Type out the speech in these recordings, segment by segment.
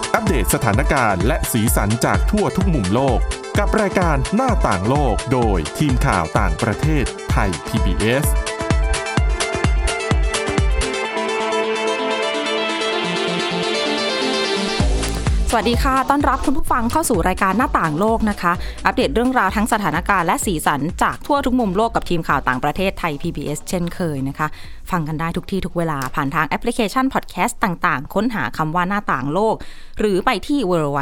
อัปเดตสถานการณ์และสีสันจากทั่วทุกมุมโลกกับรายการหน้าต่างโลกโดยทีมข่าวต่างประเทศไทย PBS สวัสดีค่ะต้อนรับคุณผู้ฟังเข้าสู่รายการหน้าต่างโลกนะคะอัปเดตเรื่องราวทั้งสถานการณ์และสีสันจากทั่วทุกมุมโลกกับทีมข่าวต่างประเทศไทย PBS เช่นเคยนะคะฟังกันได้ทุกที่ทุกเวลาผ่านทางแอปพลิเคชันพอดแคสต์ต่างๆค้นหาคำว่าหน้าต่างโลกหรือไปที่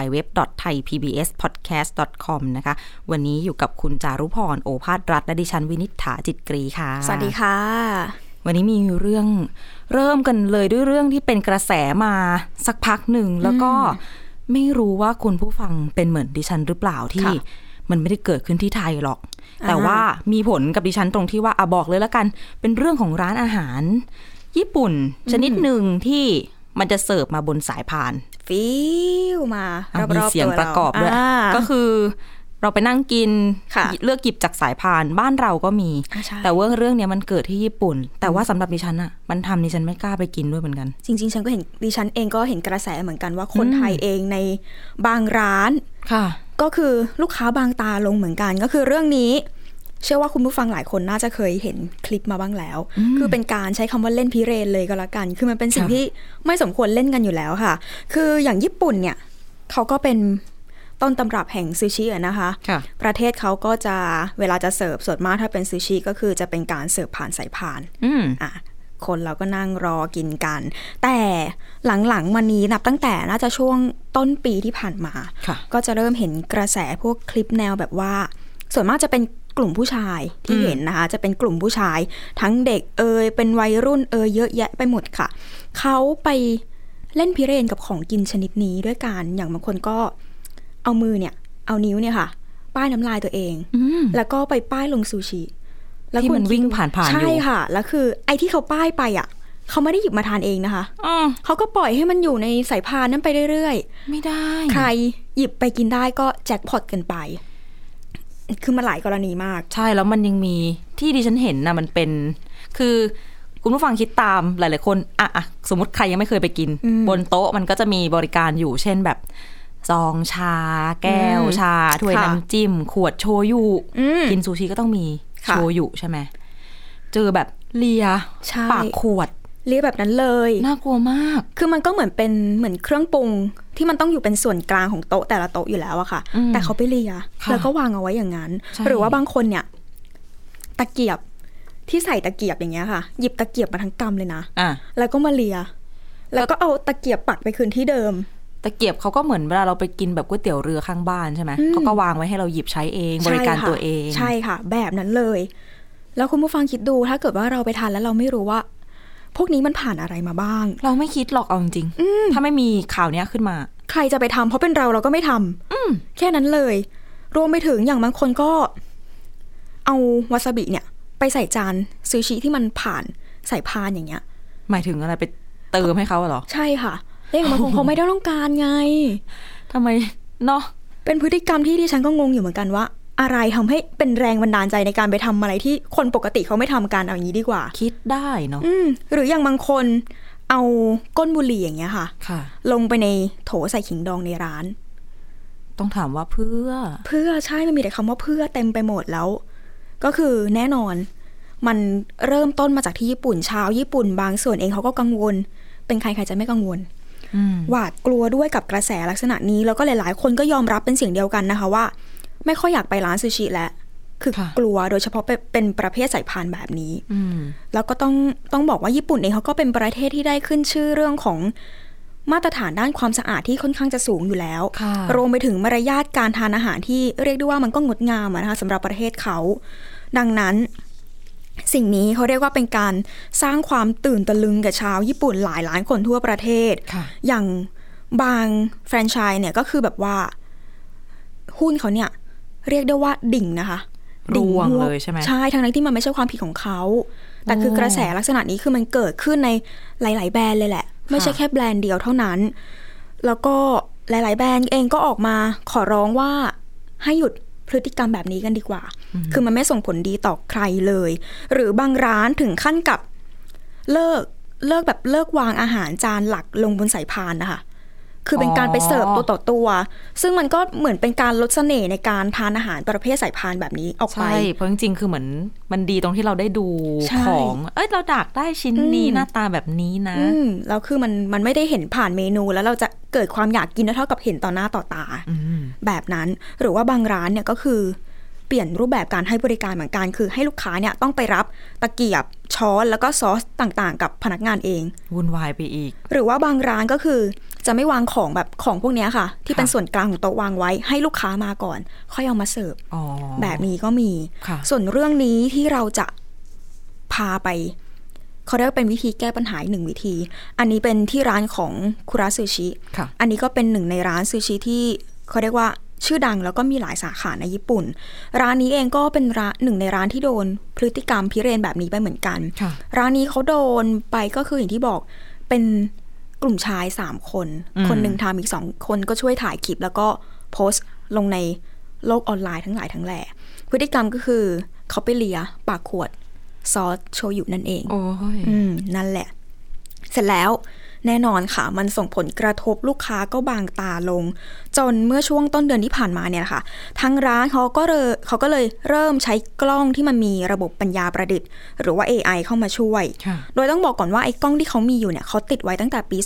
www.thaipbspodcast.com นะคะวันนี้อยู่กับคุณจารุพรโอภาสรัตน์และดิฉันวินิษฐาจิตกรีค่ะสวัสดีค่ะวันนี้มีเรื่องเริ่มกันเลยด้วยเรื่องที่เป็นกระแสมาสักพักหนึ่งแล้วก็ไม่รู้ว่าคุณผู้ฟังเป็นเหมือนดิฉันหรือเปล่าที่มันไม่ได้เกิดขึ้นที่ไทยหรอกแต่ว่ามีผลกับดิฉันตรงที่ว่าบอกเลยแล้วกันเป็นเรื่องของร้านอาหารญี่ปุ่นชนิดหนึ่งที่มันจะเสิร์ฟมาบนสายพานฟิวมามีเสียงประกอบด้วยก็คือเราไปนั่งกินเลือกหยิบจากสายพานบ้านเราก็มีแต่ว่าเรื่องนี้มันเกิดที่ญี่ปุ่นแต่ว่าสำหรับดิฉันอ่ะมันทำดิฉันไม่กล้าไปกินด้วยเหมือนกันจริงๆฉันก็เห็นดิฉันเองก็เห็นกระแสเหมือนกันว่าคนไทยเองในบางร้านก็คือลูกค้าบางตาลงเหมือนกันก็คือเรื่องนี้เชื่อว่าคุณผู้ฟังหลายคนน่าจะเคยเห็นคลิปมาบ้างแล้วคือเป็นการใช้คำว่าเล่นพิเรนเลยก็แล้วกันคือมันเป็นสิ่งที่ไม่สมควรเล่นกันอยู่แล้วค่ะคืออย่างญี่ปุ่นเนี่ยเขาก็เป็นต้นตำรับแห่งซูชินะคะประเทศเขาก็จะเวลาจะเสิร์ฟส่วนมากถ้าเป็นซูชิก็คือจะเป็นการเสิร์ฟผ่านสายพานคนเราก็นั่งรอกินกันแต่หลังๆมานี้นับตั้งแต่น่าจะช่วงต้นปีที่ผ่านมาก็จะเริ่มเห็นกระแสพวกคลิปแนวแบบว่าส่วนมากจะเป็นกลุ่มผู้ชายที่เห็นนะคะจะเป็นกลุ่มผู้ชายทั้งเด็กเป็นวัยรุ่นเยอะแยะไปหมดค่ะเขาไปเล่นพิเรนกับของกินชนิดนี้ด้วยกันอย่างบางคนก็เอามือเนี่ยเอานิ้วเนี่ยค่ะป้ายน้ำลายตัวเองแล้วก็ไปป้ายลงซูชิแล้วที่มันวิ่งผ่านอยู่ใช่ค่ะแล้วคือไอ้ที่เขาป้ายไปอ่ะเขาไม่ได้หยิบมาทานเองนะคะเขาก็ปล่อยให้มันอยู่ในสายพานนั้นไปเรื่อยๆไม่ได้ใครหยิบไปกินได้ก็แจ็คพอตกันไปคือมาหลายกรณีมากใช่แล้วมันยังมีที่ดิฉันเห็นนะมันเป็นคือคุณผู้ฟังคิดตามหลายๆคนสมมติใครยังไม่เคยไปกินบนโต๊ะมันก็จะมีบริการอยู่เช่นแบบซองชาแก้วชาถ้วยน้ำจิ้มขวดโชยุกินซูชิก็ต้องมีโชยุใช่ไหมเจอแบบเลียปากขวดเลียแบบนั้นเลยน่ากลัวมากคือมันก็เหมือนเครื่องปรุงที่มันต้องอยู่เป็นส่วนกลางของโต๊ะแต่ละโต๊ะอยู่แล้วอะค่ะแต่เขาไปเลียแล้วก็วางเอาไว้อย่างนั้นหรือว่าบางคนเนี่ยตะเกียบที่ใส่ตะเกียบอย่างเงี้ยค่ะหยิบตะเกียบมาทั้งกำเลยนะแล้วก็มาเลียแล้วก็เอาตะเกียบปักไปคืนที่เดิมตะเกียบเขาก็เหมือนเวลาเราไปกินแบบก๋วยเตี๋ยวเรือข้างบ้านใช่ไหมเขาก็วางไว้ให้เราหยิบใช้เองบริการตัวเองใช่ค่ะแบบนั้นเลยแล้วคุณผู้ฟังคิดดูถ้าเกิดว่าเราไปทานแล้วเราไม่รู้ว่าพวกนี้มันผ่านอะไรมาบ้างเราไม่คิดหรอกเอาจริงๆถ้าไม่มีข่าวนี้ขึ้นมาใครจะไปทำเพราะเป็นเราก็ไม่ทำแค่นั้นเลยรวมไปถึงอย่างบางคนก็เอาวาซาบิเนี่ยไปใส่จานซูชิที่มันผ่านสายพานอย่างเงี้ยหมายถึงอะไรไปเติมให้เขาเหรอใช่ค่ะแล้วบางคนเขาไม่ได้ต้องการไงทำไมเนาะเป็นพฤติกรรมที่ดิฉันก็งงอยู่เหมือนกันว่าอะไรทำให้เป็นแรงบันดาลใจในการไปทำอะไรที่คนปกติเขาไม่ทำกันเอาอย่างนี้ดีกว่าคิดได้เนาะหรืออย่างบางคนเอาก้นบุหรี่อย่างเงี้ยค่ะลงไปในโถใส่ขิงดองในร้านต้องถามว่าเพื่อใช่มันมีแต่คำว่าเพื่อเต็มไปหมดแล้วก็คือแน่นอนมันเริ่มต้นมาจากที่ญี่ปุ่นชาวญี่ปุ่นบางส่วนเองเขาก็กังวลเป็นใครจะไม่กังวลหวาดกลัวด้วยกับกระแสลักษณะนี้แล้วก็หลายๆคนก็ยอมรับเป็นเสียงเดียวกันนะคะว่าไม่ค่อยอยากไปร้านซูชิแล้วคือกลัวโดยเฉพาะเป็นประเภทสายพานแบบนี้แล้วก็ต้องบอกว่าญี่ปุ่นเองเขาก็เป็นประเทศที่ได้ขึ้นชื่อเรื่องของมาตรฐานด้านความสะอาดที่ค่อนข้างจะสูงอยู่แล้วรวมไปถึงมารยาทการทานอาหารที่เรียกได้ว่ามันก็งดงามนะคะสำหรับประเทศเขาดังนั้นสิ่งนี้เขาเรียกว่าเป็นการสร้างความตื่นตะลึงกับชาวญี่ปุ่นหลายล้านคนทั่วประเทศอย่างบางแฟรนไชส์เนี่ยก็คือแบบว่าหุ้นเขาเนี่ยเรียกได้ว่าดิ่งนะคะดิ่งเลยใช่ไหมใช่ทั้งนั้นที่มันไม่ใช่ความผิดของเขาแต่คือกระแสลักษณะนี้คือมันเกิดขึ้นในหลายๆแบรนด์เลยแหละไม่ใช่แค่แบรนด์เดียวเท่านั้นแล้วก็หลายๆแบรนด์เองก็ออกมาขอร้องว่าให้หยุดพฤติกรรมแบบนี้กันดีกว่าคือมันไม่ส่งผลดีต่อใครเลยหรือบางร้านถึงขั้นกับเลิกวางอาหารจานหลักลงบนสายพานนะคะคือเป็นการไปเสิร์ฟตัวต่อตัวซึ่งมันก็เหมือนเป็นการลดเสน่ห์ในการทานอาหารประเภทสายพานแบบนี้ออกไปใช่เพราะจริงๆคือเหมือนมันดีตรงที่เราได้ดูของเราดักได้ชิ้นนี้หน้าตาแบบนี้นะแล้วคือมันไม่ได้เห็นผ่านเมนูแล้วเราจะเกิดความอยากกินเท่ากับเห็นต่อหน้าต่อตาแบบนั้นหรือว่าบางร้านเนี่ยก็คือเปลี่ยนรูปแบบการให้บริการเหมือนกันคือให้ลูกค้าเนี่ยต้องไปรับตะเกียบช้อนแล้วก็ซอสต่างๆกับพนักงานเองวุ่นวายไปอีกหรือว่าบางร้านก็คือจะไม่วางของแบบของพวกนี้ค่ะที่เป็นส่วนกลางของโต๊ะวางไว้ให้ลูกค้ามาก่อนค่อยเอามาเสิร์ฟแบบนี้ก็มีส่วนเรื่องนี้ที่เราจะพาไปเขาเรียกว่าเป็นวิธีแก้ปัญหาหนึ่งวิธีอันนี้เป็นที่ร้านของคุระซูชิอันนี้ก็เป็นหนึ่งในร้านซูชิที่เขาเรียกว่าชื่อดังแล้วก็มีหลายสาขาในญี่ปุ่นร้านนี้เองก็เป็นหนึ่งในร้านที่โดนพฤติกรรมพิเรนแบบนี้ไปเหมือนกันร้านนี้เขาโดนไปก็คืออย่างที่บอกเป็นกลุ่มชาย3คนคนหนึ่งทำอีก2คนก็ช่วยถ่ายคลิปแล้วก็โพสต์ลงในโลกออนไลน์ทั้งหลายทั้งแหล่พฤติกรรมก็คือเขาไปเลียปากขวดซอสโชยุนั่นเองนั่นแหละเสร็จแล้วแน่นอนค่ะมันส่งผลกระทบลูกค้าก็บางตาลงจนเมื่อช่วงต้นเดือนที่ผ่านมาเนี่ยค่ะทางร้านเขาก็เลยเริ่มใช้กล้องที่มันมีระบบปัญญาประดิษฐ์หรือว่า AI เข้ามาช่วยโดยต้องบอกก่อนว่าไอ้กล้องที่เขามีอยู่เนี่ยเขาติดไว้ตั้งแต่ปี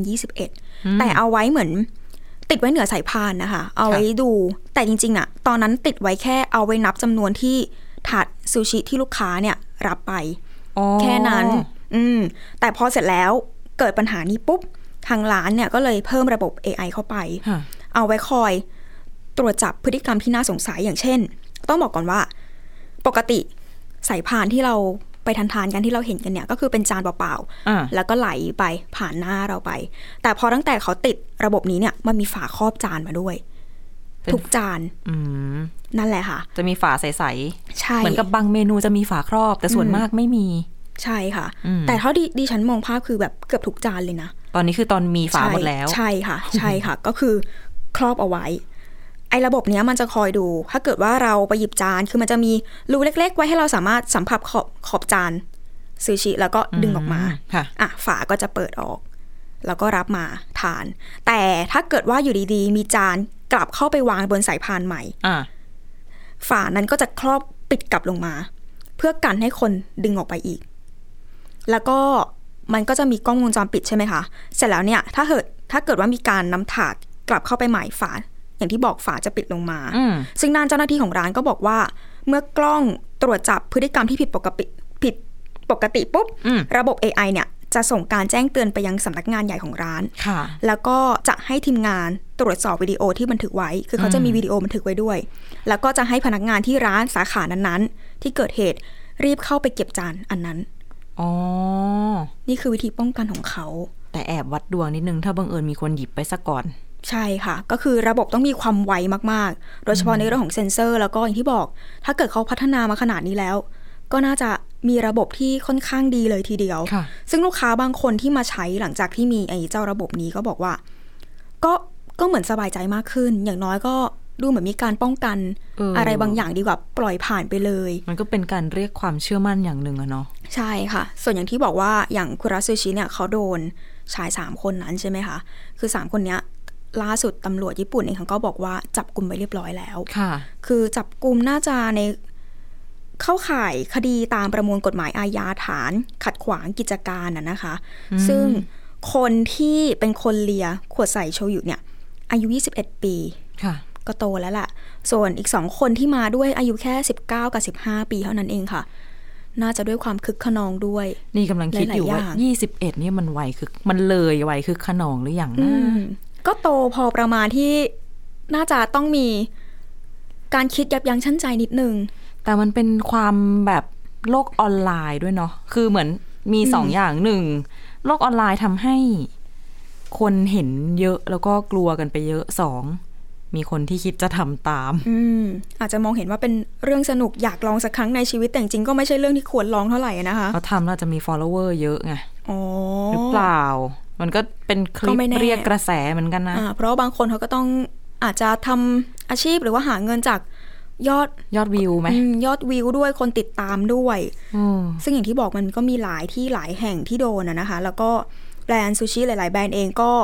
2021แต่เอาไว้เหมือนติดไว้เหนือสายพานนะคะเอาไว้ดูแต่จริงๆอะตอนนั้นติดไว้แค่เอาไว้นับจำนวนที่ถาดซูชิที่ลูกค้าเนี่ยรับไปแค่นั้นแต่พอเสร็จแล้วเกิดปัญหานี้ปุ๊บทางร้านเนี่ยก็เลยเพิ่มระบบ AI เข้าไปเอาไว้คอยตรวจจับพฤติกรรมที่น่าสงสัยอย่างเช่นต้องบอกก่อนว่าปกติสายพานที่เราไปทานกันที่เราเห็นกันเนี่ยก็คือเป็นจานเปล่าๆแล้วก็ไหลไปผ่านหน้าเราไปแต่พอตั้งแต่เขาติดระบบนี้เนี่ยมันมีฝาครอบจานมาด้วยทุกจานนั่นแหละค่ะจะมีฝาใสๆใช่เหมือนกับบางเมนูจะมีฝาครอบแต่ส่วนมากไม่มีใช่ค่ะแต่เท่าดิฉันมองภาพคือแบบเกือบทุกจานเลยนะตอนนี้คือตอนมีฝาหมดแล้วใช่ค่ะใช่ค่ะก็คือครอบเอาไว้ไอ้ระบบนี้มันจะคอยดูถ้าเกิดว่าเราไปหยิบจานคือมันจะมีรูเล็กๆไว้ให้เราสามารถสัมผัสขอบจานซูชิแล้วก็ดึงออกมาฝาก็จะเปิดออกแล้วก็รับมาทานแต่ถ้าเกิดว่าอยู่ดีๆมีจานกลับเข้าไปวางบนสายพานใหม่ฝานั้นก็จะครอบปิดกลับลงมาเพื่อกันให้คนดึงออกไปอีกแล้วก็มันก็จะมีกล้องวงจรปิดใช่ไหมคะเสร็จแล้วเนี่ยถ้าเกิดว่ามีการนำถาดกลับเข้าไปใหม่ฝาอย่างที่บอกฝาจะปิดลงมาซึ่งด้านเจ้าหน้าที่ของร้านก็บอกว่าเมื่อกล้องตรวจจับพฤติกรรมที่ผิดปกติปุ๊บระบบ AI เนี่ยจะส่งการแจ้งเตือนไปยังสำนักงานใหญ่ของร้านแล้วก็จะให้ทีมงานตรวจสอบวิดีโอที่บันทึกไว้คือเขาจะมีวิดีโอบันทึกไว้ด้วยแล้วก็จะให้พนักงานที่ร้านสาขานั้นๆที่เกิดเหตุรีบเข้าไปเก็บจานอันนั้นนี่คือวิธีป้องกันของเขาแต่แอบวัดดวงนิดนึงถ้าบังเอิญมีคนหยิบไปซะก่อนใช่ค่ะก็คือระบบต้องมีความไวมากๆโดยเฉพาะในเรื่องของเซ็นเซอร์แล้วก็อย่างที่บอกถ้าเกิดเขาพัฒนามาขนาดนี้แล้วก็น่าจะมีระบบที่ค่อนข้างดีเลยทีเดียวซึ่งลูกค้าบางคนที่มาใช้หลังจากที่มีไอ้เจ้าระบบนี้ก็บอกว่าก็เหมือนสบายใจมากขึ้นอย่างน้อยก็ดูเหมือนมีการป้องกันอะไรบางอย่างดีกว่าปล่อยผ่านไปเลยมันก็เป็นการเรียกความเชื่อมั่นอย่างหนึ่งอะเนาะใช่ค่ะส่วนอย่างที่บอกว่าอย่างคุระซูชิเนี่ยเขาโดนชาย3คนนั้นใช่ไหมคะคือ3คนเนี้ยล่าสุดตำรวจญี่ปุ่นเองก็บอกว่าจับกุมไปเรียบร้อยแล้วค่ะคือจับกุมน่าจะในเข้าข่ายคดีตามประมวลกฎหมายอาญาฐานขัดขวางกิจการนะคะซึ่งคนที่เป็นคนเลียขวดใส่โชยุเนี่ยอายุ21ปีค่ะก็โตแล้วล่ะส่วนอีก2คนที่มาด้วยอายุแค่19กับ15ปีเท่านั้นเองค่ะน่าจะด้วยความคึกขนองด้วยนี่กำลังคิดอยู่ว่า21นี่มันไวคือมันเลยไวคือขนองหรืออย่างนะก็โตพอประมาณที่น่าจะต้องมีการคิดยับยั้งชั่งใจนิดนึงแต่มันเป็นความแบบโลกออนไลน์ด้วยเนาะคือเหมือนมี2อย่าง1โลกออนไลน์ทำให้คนเห็นเยอะแล้วก็กลัวกันไปเยอะ2มีคนที่คิดจะทำตามอาจจะมองเห็นว่าเป็นเรื่องสนุกอยากลองสักครั้งในชีวิตแต่จริงก็ไม่ใช่เรื่องที่ควรลองเท่าไหร่นะคะเขาทำแล้วจะมี follower เยอะไงหรือเปล่ามันก็เป็นคลิปเรียกกระแสเหมือนกันนะเพราะบางคนเขาก็ต้องอาจจะทำอาชีพหรือว่าหาเงินจากยอดวิวไหมยอดวิวด้วยคนติดตามด้วยซึ่งอย่างที่บอกมันก็มีหลายที่หลายแห่งที่โดนนะคะแล้วก็แบรนด์ซูชิหลายๆแบรนด์เองก็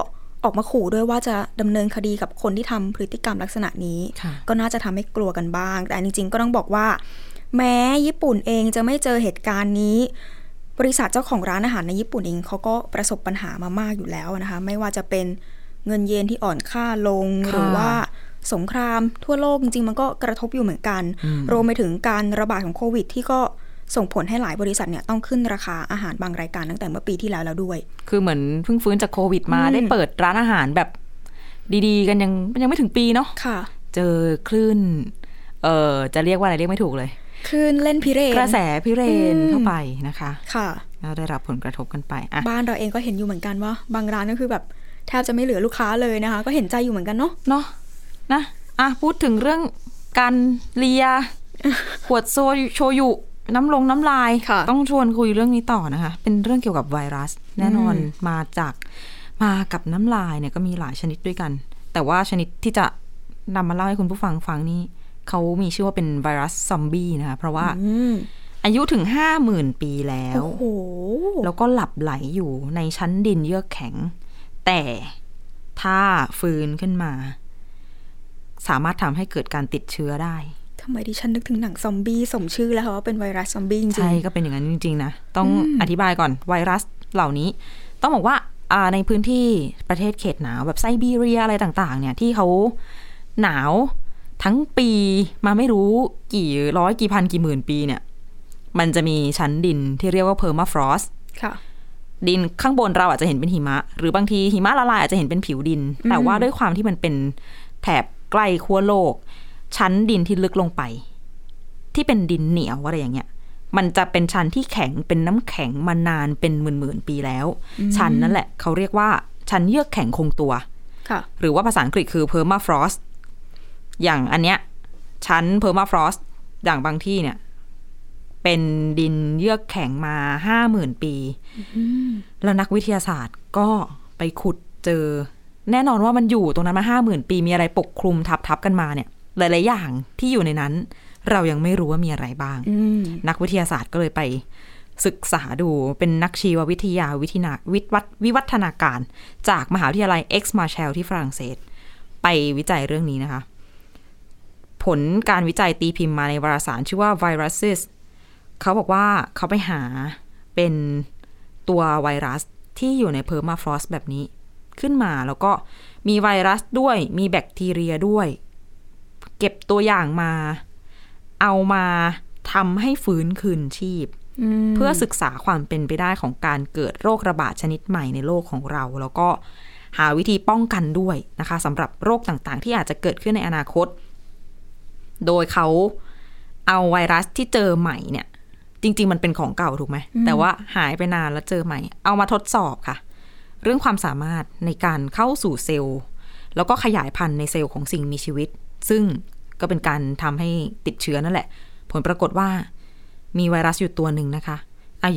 ออกมาขู่ด้วยว่าจะดำเนินคดีกับคนที่ทำพฤติกรรมลักษณะนี้ก็น่าจะทำให้กลัวกันบ้างแต่จริงๆก็ต้องบอกว่าแม้ญี่ปุ่นเองจะไม่เจอเหตุการณ์นี้บริษัทเจ้าของร้านอาหารในญี่ปุ่นเองเขาก็ประสบปัญหามามากอยู่แล้วนะคะไม่ว่าจะเป็นเงินเยนที่อ่อนค่าลงหรือว่าสงครามทั่วโลกจริงๆมันก็กระทบอยู่เหมือนกันรวมไปถึงการระบาดของโควิดที่ก็ส่งผลให้หลายบริษัทเนี่ยต้องขึ้นราคาอาหารบางรายการตั้งแต่เมื่อปีที่แล้วด้วยคือเหมือนเพิ่งฟื้นจากโควิดมาได้เปิดร้านอาหารแบบดีๆกันยังไม่ถึงปีเนาะเจอคลื่นจะเรียกว่าอะไรเรียกไม่ถูกเลยคลื่นเล่นพิเรนกระแสพิเรนเข้าไปนะคะค่ะแล้วได้รับผลกระทบกันไปบ้านเราเองก็เห็นอยู่เหมือนกันว่าบางร้านก็คือแบบแทบจะไม่เหลือลูกค้าเลยนะคะก็เห็นใจอยู่เหมือนกันเนาะนะพูดถึงเรื่องการเลียขวดโชยุน้ำลายต้องชวนคุยเรื่องนี้ต่อนะคะเป็นเรื่องเกี่ยวกับไวรัสแน่นอนมากับน้ำลายเนี่ยก็มีหลายชนิดด้วยกันแต่ว่าชนิดที่จะนำมาเล่าให้คุณผู้ฟังฟังนี้เขามีชื่อว่าเป็นไวรัสซอมบี้นะคะเพราะว่าอายุถึง 50,000 ปีแล้วแล้วก็หลับไหลอยู่ในชั้นดินเยือกแข็งแต่ถ้าฟื้นขึ้นมาสามารถทำให้เกิดการติดเชื้อได้ทำไมดิฉันนึกถึงหนังซอมบี้สมชื่อแล้วว่าเป็นไวรัสซอมบี้จริงใช่ก็เป็นอย่างนั้นจริงๆนะต้องอธิบายก่อนไวรัสเหล่านี้ต้องบอกว่าในพื้นที่ประเทศเขตหนาวแบบไซบีเรียอะไรต่างๆเนี่ยที่เขาหนาวทั้งปีมาไม่รู้กี่ร้อยกี่พันกี่หมื่นปีเนี่ยมันจะมีชั้นดินที่เรียกว่าเพอร์มาฟรอสต์ดินข้างบนเราอาจจะเห็นเป็นหิมะหรือบางทีหิมะละลายอาจจะเห็นเป็นผิวดินแต่ว่าด้วยความที่มันเป็นแถบใกล้ขั้วโลกชั้นดินที่ลึกลงไปที่เป็นดินเหนียวอะไรอย่างเงี้ยมันจะเป็นชั้นที่แข็งเป็นน้ำแข็งมานานเป็นหมื่นปีแล้วชั้นนั่นแหละเขาเรียกว่าชั้นเยือกแข็งคงตัวหรือว่าภาษาอังกฤษคือ permafrost อย่างอันเนี้ยชั้น permafrost อย่างบางที่เนี่ยเป็นดินเยือกแข็งมา 50,000 ปีแล้วนักวิทยาศาสตร์ก็ไปขุดเจอแน่นอนว่ามันอยู่ตรงนั้นมา 50,000 ปีมีอะไรปกคลุมทับกันมาเนี่ยหลายๆอย่างที่อยู่ในนั้นเรายังไม่รู้ว่ามีอะไรบ้างนักวิทยาศาสตร์ก็เลยไปศึกษาดูเป็นนักชีววิทยาวิวัฒนาการจากมหาวิทยาลัย Aix-Marseille ที่ฝรั่งเศสไปวิจัยเรื่องนี้นะคะผลการวิจัยตีพิมพ์มาในวารสารชื่อว่า Viruses เขาบอกว่าเขาไปหาเป็นตัวไวรัสที่อยู่ในเพอร์มาฟรอสต์แบบนี้ขึ้นมาแล้วก็มีไวรัสด้วยมีแบคทีเรียด้วยเก็บตัวอย่างมาเอามาทำให้ฟื้นคืนชีพเพื่อศึกษาความเป็นไปได้ของการเกิดโรคระบาดชนิดใหม่ในโลกของเราแล้วก็หาวิธีป้องกันด้วยนะคะสำหรับโรคต่างๆที่อาจจะเกิดขึ้นในอนาคตโดยเขาเอาไวรัสที่เจอใหม่เนี่ยจริงๆมันเป็นของเก่าถูกไหมแต่ว่าหายไปนานแล้วเจอใหม่เอามาทดสอบค่ะเรื่องความสามารถในการเข้าสู่เซลล์แล้วก็ขยายพันธุ์ในเซลล์ของสิ่งมีชีวิตซึ่งก็เป็นการทำให้ติดเชื้อนั่นแหละผลปรากฏว่ามีไวรัสอยู่ตัวหนึ่งนะคะอายุ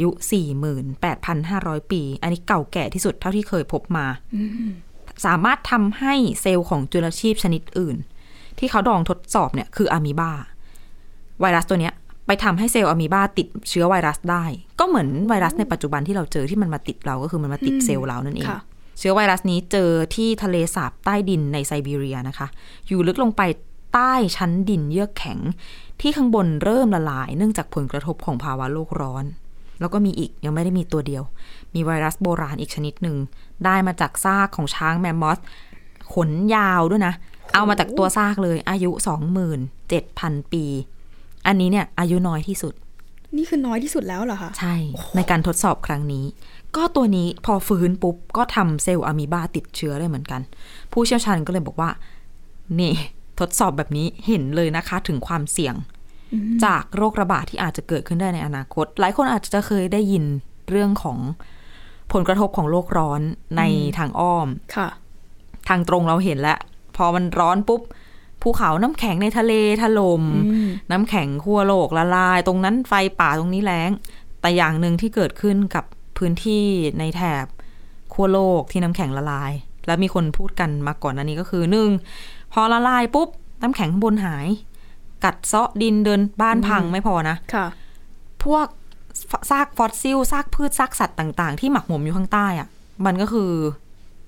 48,500 ปีอันนี้เก่าแก่ที่สุดเท่าที่เคยพบมาสามารถทำให้เซลล์ของจุลชีพชนิดอื่นที่เขาลองทดสอบเนี่ยคืออะมีบาไวรัสตัวเนี้ยไปทำให้เซลล์อะมีบาติดเชื้อไวรัสได้ก็เหมือนไวรัสในปัจจุบันที่เราเจอที่มันมาติดเราก็คือมันมาติดเซลล์เรานั่นเองเชื้อไวรัสนี้เจอที่ทะเลสาบใต้ดินในไซบีเรียนะคะอยู่ลึกลงไปใต้ชั้นดินเยือกแข็งที่ข้างบนเริ่มละลายเนื่องจากผลกระทบของภาวะโลกร้อนแล้วก็มีอีกยังไม่ได้มีตัวเดียวมีไวรัสโบราณอีกชนิดหนึ่งได้มาจากซากของช้างแมมมอสขนยาวด้วยนะเอามาจากตัวซากเลยอายุ 27,000 ปีอันนี้เนี่ยอายุน้อยที่สุดนี่คือน้อยที่สุดแล้วเหรอคะใช่ในการทดสอบครั้งนี้ก็ตัวนี้พอฟื้นปุ๊บก็ทำเซลล์อะมีบาติดเชื้อได้เหมือนกันผู้เชี่ยวชาญก็เลยบอกว่านี่ทดสอบแบบนี้เห็นเลยนะคะถึงความเสี่ยงจากโรคระบาดที่อาจจะเกิดขึ้นได้ในอนาคตหลายคนอาจจะเคยได้ยินเรื่องของผลกระทบของโลกร้อนในทางอ้อมทางตรงเราเห็นแล้วพอมันร้อนปุ๊บภูเขาน้ำแข็งในทะเลถล่มน้ำแข็งขั้วโลกละลายตรงนั้นไฟป่าตรงนี้แล้งแต่อย่างหนึ่งที่เกิดขึ้นกับพื้นที่ในแถบขั้วโลกที่น้ำแข็งละลายแล้วมีคนพูดกันมาก่อนอันนี้ก็คือ1พอละลายปุ๊บน้ำแข็งข้างบนหายกัดเซาะดินเดินบ้านพังไม่พอนะพวกซากฟอสซิลซากพืชซากสัตว์ต่างๆที่หมักหมมอยู่ข้างใต้อะมันก็คือ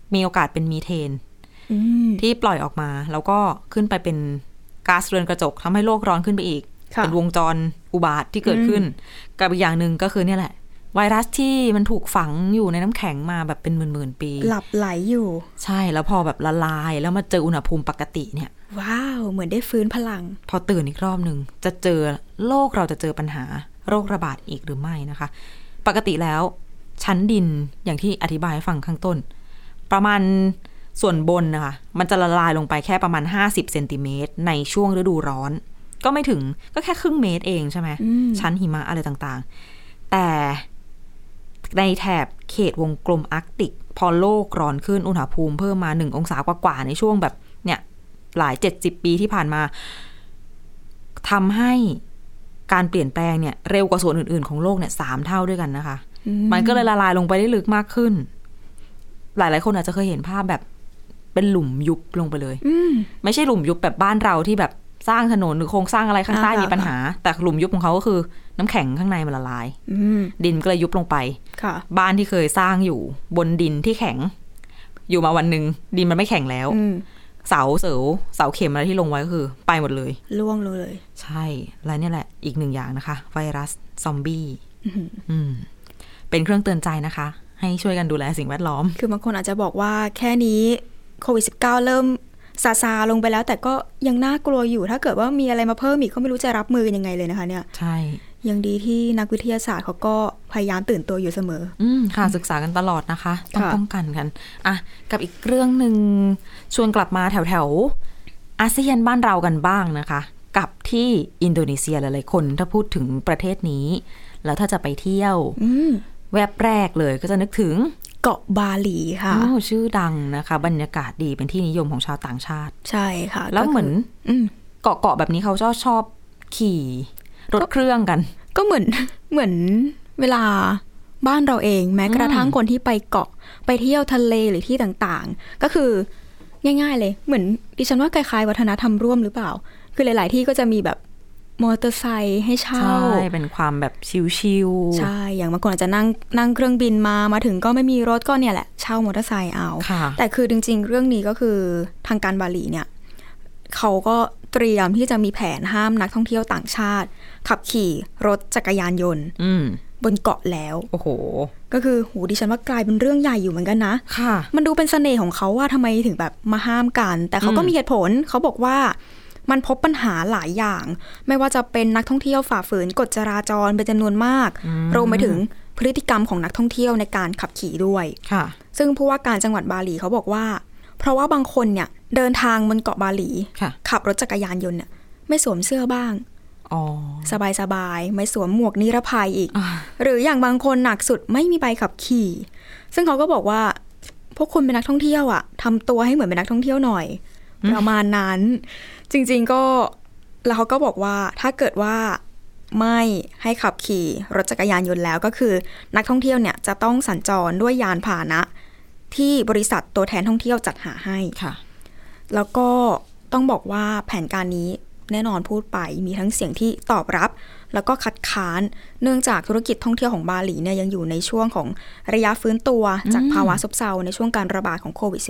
มีโอกาสเป็นมีเทนที่ปล่อยออกมาแล้วก็ขึ้นไปเป็นก๊าซเรือนกระจกทำให้โลกร้อนขึ้นไปอีกเป็นวงจรอุบาทที่เกิดขึ้นกับอีกอย่างหนึ่งก็คือเนี่ยแหละไวรัสที่มันถูกฝังอยู่ในน้ำแข็งมาแบบเป็นหมื่นๆปีหลับไหลอยู่ใช่แล้วพอแบบละลายแล้วมาเจออุณหภูมิปกติเนี่ยว้าวเหมือนได้ฟื้นพลังพอตื่นอีกรอบนึงจะเจอโลกเราจะเจอปัญหาโรคระบาดอีกหรือไม่นะคะปกติแล้วชั้นดินอย่างที่อธิบายให้ฟังข้างต้นประมาณส่วนบนนะคะมันจะละลายลงไปแค่ประมาณ50 เซนติเมตรในช่วงฤดูร้อนก็ไม่ถึงก็แค่ครึ่งเมตรเองใช่ไหมชั้นหิมะอะไรต่างๆแต่ในแถบเขตวงกลมอาร์กติกพอโลกร้อนขึ้นอุณหภูมิเพิ่มมา1 องศากว่าๆในช่วงแบบเนี่ยหลาย70 ปีที่ผ่านมาทำให้การเปลี่ยนแปลงเนี่ยเร็วกว่าส่วนอื่นๆของโลกเนี่ย3 เท่าด้วยกันนะคะมันก็เลยละลายลงไปได้ลึกมากขึ้นหลายๆคนอาจจะเคยเห็นภาพแบบเป็นหลุมยุบลงไปเลยไม่ใช่หลุมยุบแบบบ้านเราที่แบบสร้างถนนหรือโครงสร้างอะไรข้างใต้มีปัญหาแต่หลุมยุบของเขาก็คือน้ำแข็งข้างในมันละลายดินก็เลยยุบลงไปบ้านที่เคยสร้างอยู่บนดินที่แข็งอยู่มาวันนึงดินมันไม่แข็งแล้วเสาเข็มอะไรที่ลงไว้ก็คือไปหมดเลยล่วงเลยใช่แล้วเนี่ยแหละอีก1 อย่างนะคะไวรัสซอมบี้เป็นเครื่องเตือนใจนะคะให้ช่วยกันดูแลสิ่งแวดล้อมคือบางคนอาจจะบอกว่าแค่นี้โควิด -19 เริ่มซาลงไปแล้วแต่ก็ยังน่ากลัวอยู่ถ้าเกิดว่ามีอะไรมาเพิ่มอีกก็ไม่รู้จะรับมือกันยังไงเลยนะคะเนี่ยใช่ยังดีที่นักวิทยาศาสตร์เขาก็พยายามตื่นตัวอยู่เสมอค่ะศึกษากันตลอดนะคะต้องป้องกันกันอ่ะกับอีกเรื่องนึงชวนกลับมาแถวอาเซียนบ้านเรากันบ้างนะคะกับที่อินโดนีเซียหลายๆคนถ้าพูดถึงประเทศนี้แล้วถ้าจะไปเที่ยวแวบแรกเลยก็จะนึกถึงเกาะบาหลีค่ะชื่อดังนะคะบรรยากาศดีเป็นที่นิยมของชาวต่างชาติใช่ค่ะแล้วเหมือนเกาะแบบนี้เขาชอบขี่รถเครื่องกันก็เหมือนเวลาบ้านเราเองแม้กระทั่งคนที่ไปเกาะไปเที่ยวทะเลหรือที่ต่างๆก็คือง่ายๆเลยเหมือนดิฉันว่าคล้ายๆวัฒนธรรมร่วมหรือเปล่าคือหลายๆที่ก็จะมีแบบมอเตอร์ไซค์ให้เช่าใช่เป็นความแบบชิลๆใช่อย่างบางคนอาจจะนั่งเครื่องบินมาถึงก็ไม่มีรถก็เนี่ยแหละเช่ามอเตอร์ไซค์เอาแต่คือจริงๆเรื่องนี้ก็คือทางการบาหลีเนี่ยเขาก็เตรียมที่จะมีแผนห้ามนักท่องเที่ยวต่างชาติขับขี่รถจักรยานยนต์บนเกาะแล้วโอ้โหก็คือดิฉันว่ากลายเป็นเรื่องใหญ่อยู่เหมือนกันนะค่ะมันดูเป็นเสน่ห์ของเขาว่าทำไมถึงแบบมาห้ามกันแต่เขาก็มีเหตุผลเขาบอกว่ามันพบปัญหาหลายอย่างไม่ว่าจะเป็นนักท่องเที่ยวฝ่าฝืนกฎจราจรเป็นจำนวนมากรวมไปถึงพฤติกรรมของนักท่องเที่ยวในการขับขี่ด้วยซึ่งผู้ว่าการจังหวัดบาหลีเขาบอกว่าเพราะว่าบางคนเนี่ยเดินทางบนเกาะบาหลีขับรถจักรยานยนต์เนี่ยไม่สวมเสื้อบ้างสบายๆไม่สวมหมวกนิรภัยอีกหรืออย่างบางคนหนักสุดไม่มีใบขับขี่ซึ่งเขาก็บอกว่าพวกคุณเป็นนักท่องเที่ยวอะทำตัวให้เหมือนเป็นนักท่องเที่ยวหน่อยประมาณนั้นจริงๆก็แล้วเขาก็บอกว่าถ้าเกิดว่าไม่ให้ขับขี่รถจักรยานยนต์แล้วก็คือนักท่องเที่ยวเนี่ยจะต้องสัญจรด้วยยานพาหนะที่บริษัทตัวแทนท่องเที่ยวจัดหาให้ค่ะแล้วก็ต้องบอกว่าแผนการนี้แน่นอนพูดไปมีทั้งเสียงที่ตอบรับแล้วก็คัดค้านเนื่องจากธุรกิจท่องเที่ยวของบาหลีเนี่ยยังอยู่ในช่วงของระยะฟื้นตัวจากภาวะซบเซาในช่วงการระบาดของโควิด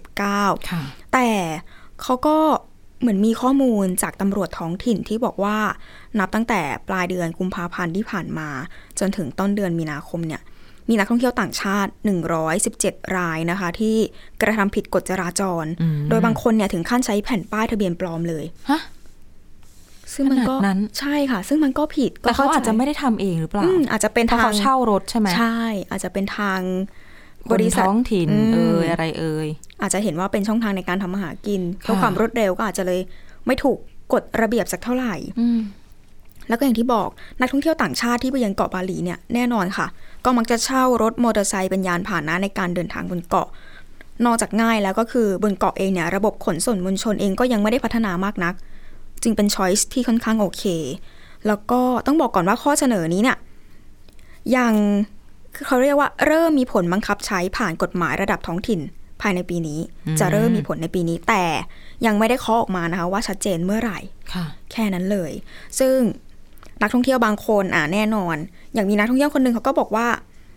-19 แต่เขาก็เหมือนมีข้อมูลจากตำรวจท้องถิ่นที่บอกว่านับตั้งแต่ปลายเดือนกุมภาพันธ์ที่ผ่านมาจนถึงต้นเดือนมีนาคมเนี่ยมีนักท่องเที่ยวต่างชาติ117 รายนะคะที่กระทำผิดกฎจราจรโดยบางคนเนี่ยถึงขั้นใช้แผ่นป้ายทะเบียนปลอมเลยฮะซึ่งมันก็ใช่ค่ะซึ่งมันก็ผิดแต่เขาอาจจะไม่ได้ทำเองหรือเปล่าอาจจะเป็นทางเขาเช่ารถใช่ไหมใช่อาจจะเป็นทางบริษัทท้องถิ่นอะไรอาจจะเห็นว่าเป็นช่องทางในการทำอาหารกินเพื่อความรวดเร็วก็อาจจะเลยไม่ถูกกฎระเบียบสักเท่าไหร่แล้วก็อย่างที่บอกนักท่องเที่ยวต่างชาติที่ไปยังเกาะบาหลีเนี่ยแน่นอนค่ะก็มักจะเช่ารถมอเตอร์ไซค์เป็นยานพาหนะในการเดินทางบนเกาะนอกจากง่ายแล้วก็คือบนเกาะเองเนี่ยระบบขนส่งมวลชนเองก็ยังไม่ได้พัฒนามากนักจึงเป็นช้อยส์ที่ค่อนข้างโอเคแล้วก็ต้องบอกก่อนว่าข้อเสนอนี้เนี่ยยังเขาเรียกว่าเริ่มมีผลบังคับใช้ผ่านกฎหมายระดับท้องถิ่นภายในปีนี้จะเริ่มมีผลในปีนี้แต่ยังไม่ได้เคาะออกมานะคะว่าชัดเจนเมื่อไหร่แค่นั้นเลยซึ่งนักท่องเที่ยวบางคนแน่นอนอย่างมีนักท่องเที่ยวคนนึงเขาก็บอกว่าจ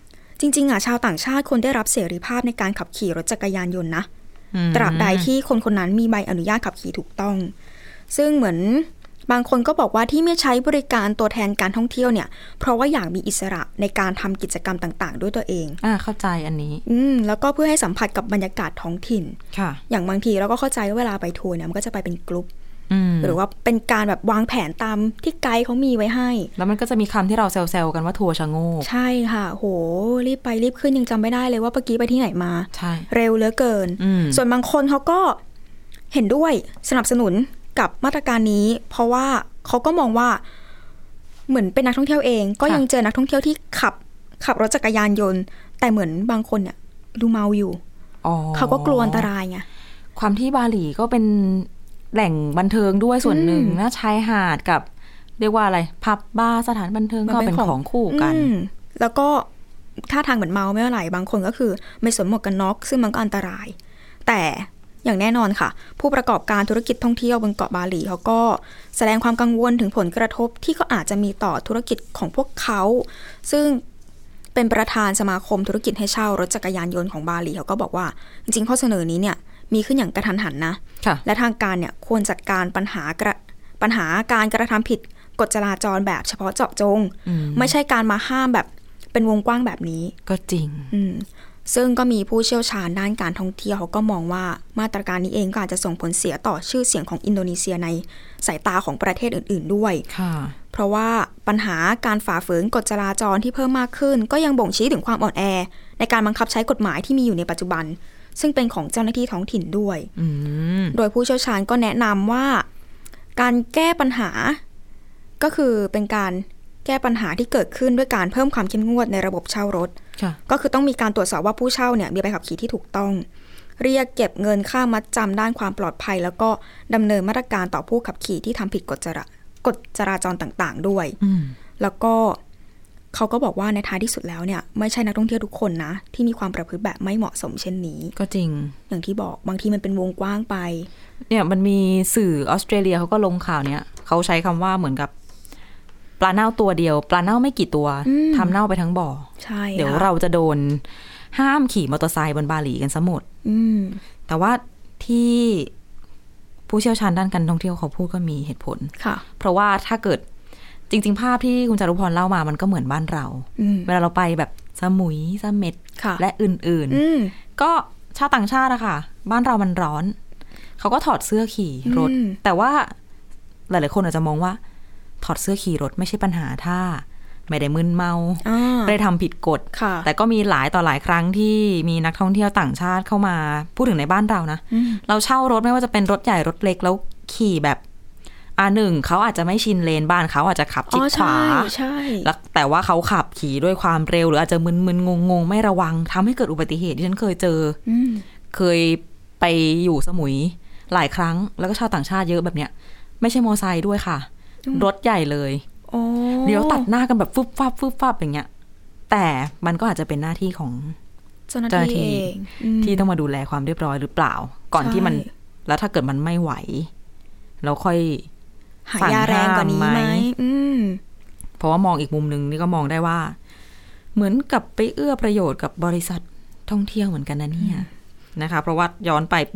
จริงๆชาวต่างชาติควรได้รับเสรีภาพในการขับขี่รถจักรยานยนต์นะตราบใดที่คนคนนั้นมีใบอนุญาตขับขี่ถูกต้องซึ่งเหมือนบางคนก็บอกว่าที่ไม่ใช้บริการตัวแทนการท่องเที่ยวเนี่ยเพราะว่าอยากมีอิสระในการทำกิจกรรมต่างๆด้วยตัวเองเข้าใจอันนี้แล้วก็เพื่อให้สัมผัสกับบรรยากาศท้องถิ่นอย่างบางทีเราก็เข้าใจว่าเวลาไปทัวร์เนี่ยมันก็จะไปเป็นกลุ่มหรือว่าเป็นการแบบวางแผนตามที่ไกด์เขามีไว้ให้แล้วมันก็จะมีคำที่เราแซวๆกันว่าทัวร์ชะโงกใช่ค่ะโหรีบไปรีบขึ้นยังจำไม่ได้เลยว่าเมื่อกี้ไปที่ไหนมาเร็วเหลือเกินส่วนบางคนเขาก็เห็นด้วยสนับสนุนกับมาตรการนี้เพราะว่าเขาก็มองว่าเหมือนเป็นนักท่องเที่ยวเองก็ยังเจอนักท่องเที่ยวที่ขับรถจักรยานยนต์แต่เหมือนบางคนเนี่ยดูเมาอยู่เขาก็กลัวอันตรายไงความที่บาหลีก็เป็นแหล่งบันเทิงด้วยส่วนหนึ่งนะชายหาดกับเรียกว่าอะไรผับบาร์สถานบันเทิงก็เป็นของคู่กันแล้วก็ท่าทางเหมือนเมาไม่เท่าไหร่บางคนก็คือไม่สวมหมวกกันน็อกซึ่งมันก็อันตรายแต่อย่างแน่นอนค่ะผู้ประกอบการธุรกิจท่องเที่ยวบนเกาะบาหลีเขาก็แสดงความกังวลถึงผลกระทบที่ก็อาจจะมีต่อธุรกิจของพวกเขาซึ่งเป็นประธานสมาคมธุรกิจให้เช่ารถจักรยานยนต์ของบาหลีเขาก็บอกว่าจริงๆข้อเสนอนี้เนี่ยมีขึ้นอย่างกระทันหันนะและทางการเนี่ยควรจัดการปัญหาการกระทำผิดกฎจราจรแบบเฉพาะเจาะจงไม่ใช่การมาห้ามแบบเป็นวงกว้างแบบนี้ก็จริงซึ่งก็มีผู้เชี่ยวชาญด้านการท่องเที่ยวเขาก็มองว่ามาตรการนี้เองก็อาจจะส่งผลเสียต่อชื่อเสียงของอินโดนีเซียในสายตาของประเทศอื่นๆด้วยเพราะว่าปัญหาการฝ่าฝืนกฎจราจรที่เพิ่มมากขึ้นก็ยังบ่งชี้ถึงความอ่อนแอในการบังคับใช้กฎหมายที่มีอยู่ในปัจจุบันซึ่งเป็นของเจ้าหน้าที่ท้องถิ่นด้วยโดยผู้เชี่ยวชาญก็แนะนำว่าการแก้ปัญหาก็คือเป็นการแก้ปัญหาที่เกิดขึ้นด้วยการเพิ่มความเข้มงวดในระบบเช่ารถก็คือต้องมีการตรวจสอบว่าผู้เช่าเนี่ยมีใบขับขี่ที่ถูกต้องเรียกเก็บเงินค่ามัดจำด้านความปลอดภัยแล้วก็ดำเนินมาตรการต่อผู้ขับขี่ที่ทำผิดกฎจราจรต่างๆด้วยแล้วก็เขาก็บอกว่าในท้ายที่สุดแล้วเนี่ยไม่ใช่นักท่องเที่ยวทุกคนนะที่มีความประพฤติแบบไม่เหมาะสมเช่นนี้ก็จริงอย่างที่บอกบางทีมันเป็นวงกว้างไปเนี่ยมันมีสื่อออสเตรเลียเขาก็ลงข่าวเนี่ยเขาใช้คำว่าเหมือนกับปลาเน่าตัวเดียวปลาเน่าไม่กี่ตัวทำเน่าไปทั้งบ่อเดี๋ยวเราจะโดนห้ามขี่มอเตอร์ไซค์บนบาหลีกันซะหมดแต่ว่าที่ผู้เชี่ยวชาญด้านการท่องเที่ยวเขาพูดก็มีเหตุผลเพราะว่าถ้าเกิดจริงๆภาพที่คุณจารุพรเล่ามามันก็เหมือนบ้านเราเวลาเราไปแบบสมุยเสม็ดและอื่นๆก็ชาวต่างชาติอะค่ะบ้านเรามันร้อนเขาก็ถอดเสื้อขี่รถแต่ว่าหลายๆคนอาจจะมองว่าถอดเสื้อขี่รถไม่ใช่ปัญหาถ้าไม่ได้มึนเมาไม่ได้ทำผิดกฎแต่ก็มีหลายต่อหลายครั้งที่มีนักท่องเที่ยวต่างชาติเข้ามาพูดถึงในบ้านเรานะเราเช่ารถไม่ว่าจะเป็นรถใหญ่รถเล็กแล้วขี่แบบหนึ่งเขาอาจจะไม่ชินเลนบ้านเขาอาจจะขับชิดขวาแล้วแต่ว่าเขาขับขี่ด้วยความเร็วหรืออาจจะมึนๆงงๆไม่ระวังทำให้เกิดอุบัติเหตุที่ฉันเคยเจอเคยไปอยู่สมุยหลายครั้งแล้วก็ชาวต่างชาติเยอะแบบเนี้ยไม่ใช่มอไซค์ด้วยค่ะรถใหญ่เลยเดี๋ยวตัดหน้ากันแบบฟึบฟับฟึบฟับอย่างเงี้ยแต่มันก็อาจจะเป็นหน้าที่ของเจ้าหน้าที่ที่ต้องมาดูแลความเรียบร้อยหรือเปล่าก่อนที่มันแล้วถ้าเกิดมันไม่ไหวเราค่อยหายาแรงกว่านี้ไหมเพราะว่ามองอีกมุมนึงนี่ก็มองได้ว่าเหมือนกับไปเอื้อประโยชน์กับบริษัทท่องเที่ยวเหมือนกันนะเนี่ยนะคะเพราะว่าย้อนไปปี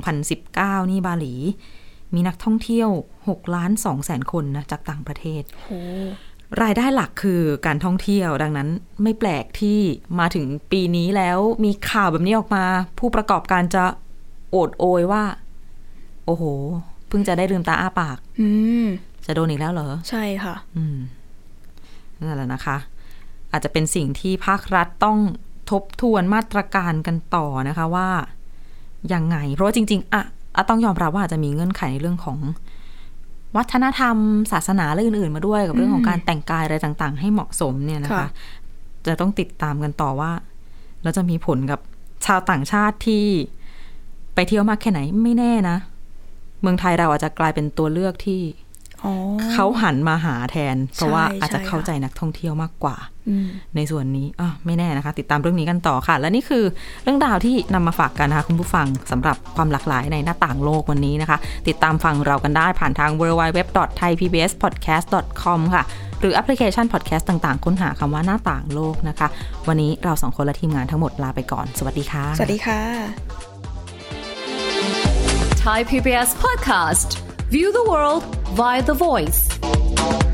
2019 นี่บาหลีมีนักท่องเที่ยว6,200,000 คนนะจากต่างประเทศรายได้หลักคือการท่องเที่ยวดังนั้นไม่แปลกที่มาถึงปีนี้แล้วมีข่าวแบบนี้ออกมาผู้ประกอบการจะโอดโอยว่าโอ้โหเพิ่งจะได้ลืมตาอ้าปากจะโดนอีกแล้วเหรอใช่ค่ะนั่นแหละนะคะอาจจะเป็นสิ่งที่ภาครัฐต้องทบทวนมาตรการกันต่อนะคะว่ายังไงเพราะว่าจริงๆต้องยอมรับว่าอาจจะมีเงื่อนไขในเรื่องของวัฒนธรรมศาสนาและอื่นๆมาด้วยกับเรื่องของการแต่งกายอะไรต่างๆให้เหมาะสมเนี่ยนะคะจะต้องติดตามกันต่อว่าแล้วจะมีผลกับชาวต่างชาติที่ไปเที่ยวมากแค่ไหนไม่แน่นะเมืองไทยเราอาจจะกลายเป็นตัวเลือกที่เขาหันมาหาแทนเพราะว่าอาจจะเข้าใจนักท่องเที่ยวมากกว่าในส่วนนี้ไม่แน่นะคะติดตามเรื่องนี้กันต่อค่ะและนี่คือเรื่องราวที่นำมาฝากกันนะคะคุณผู้ฟังสำหรับความหลากหลายในหน้าต่างโลกวันนี้นะคะติดตามฟังเรากันได้ผ่านทาง www.thaipbspodcast.com ค่ะหรือแอปพลิเคชันพอดแคสต์ต่างๆค้นหาคำว่าหน้าต่างโลกนะคะวันนี้เรา2คนและทีมงานทั้งหมดลาไปก่อนสวัสดีค่ะสวัสดีค่ะ Thai PBS Podcast View the world via the voice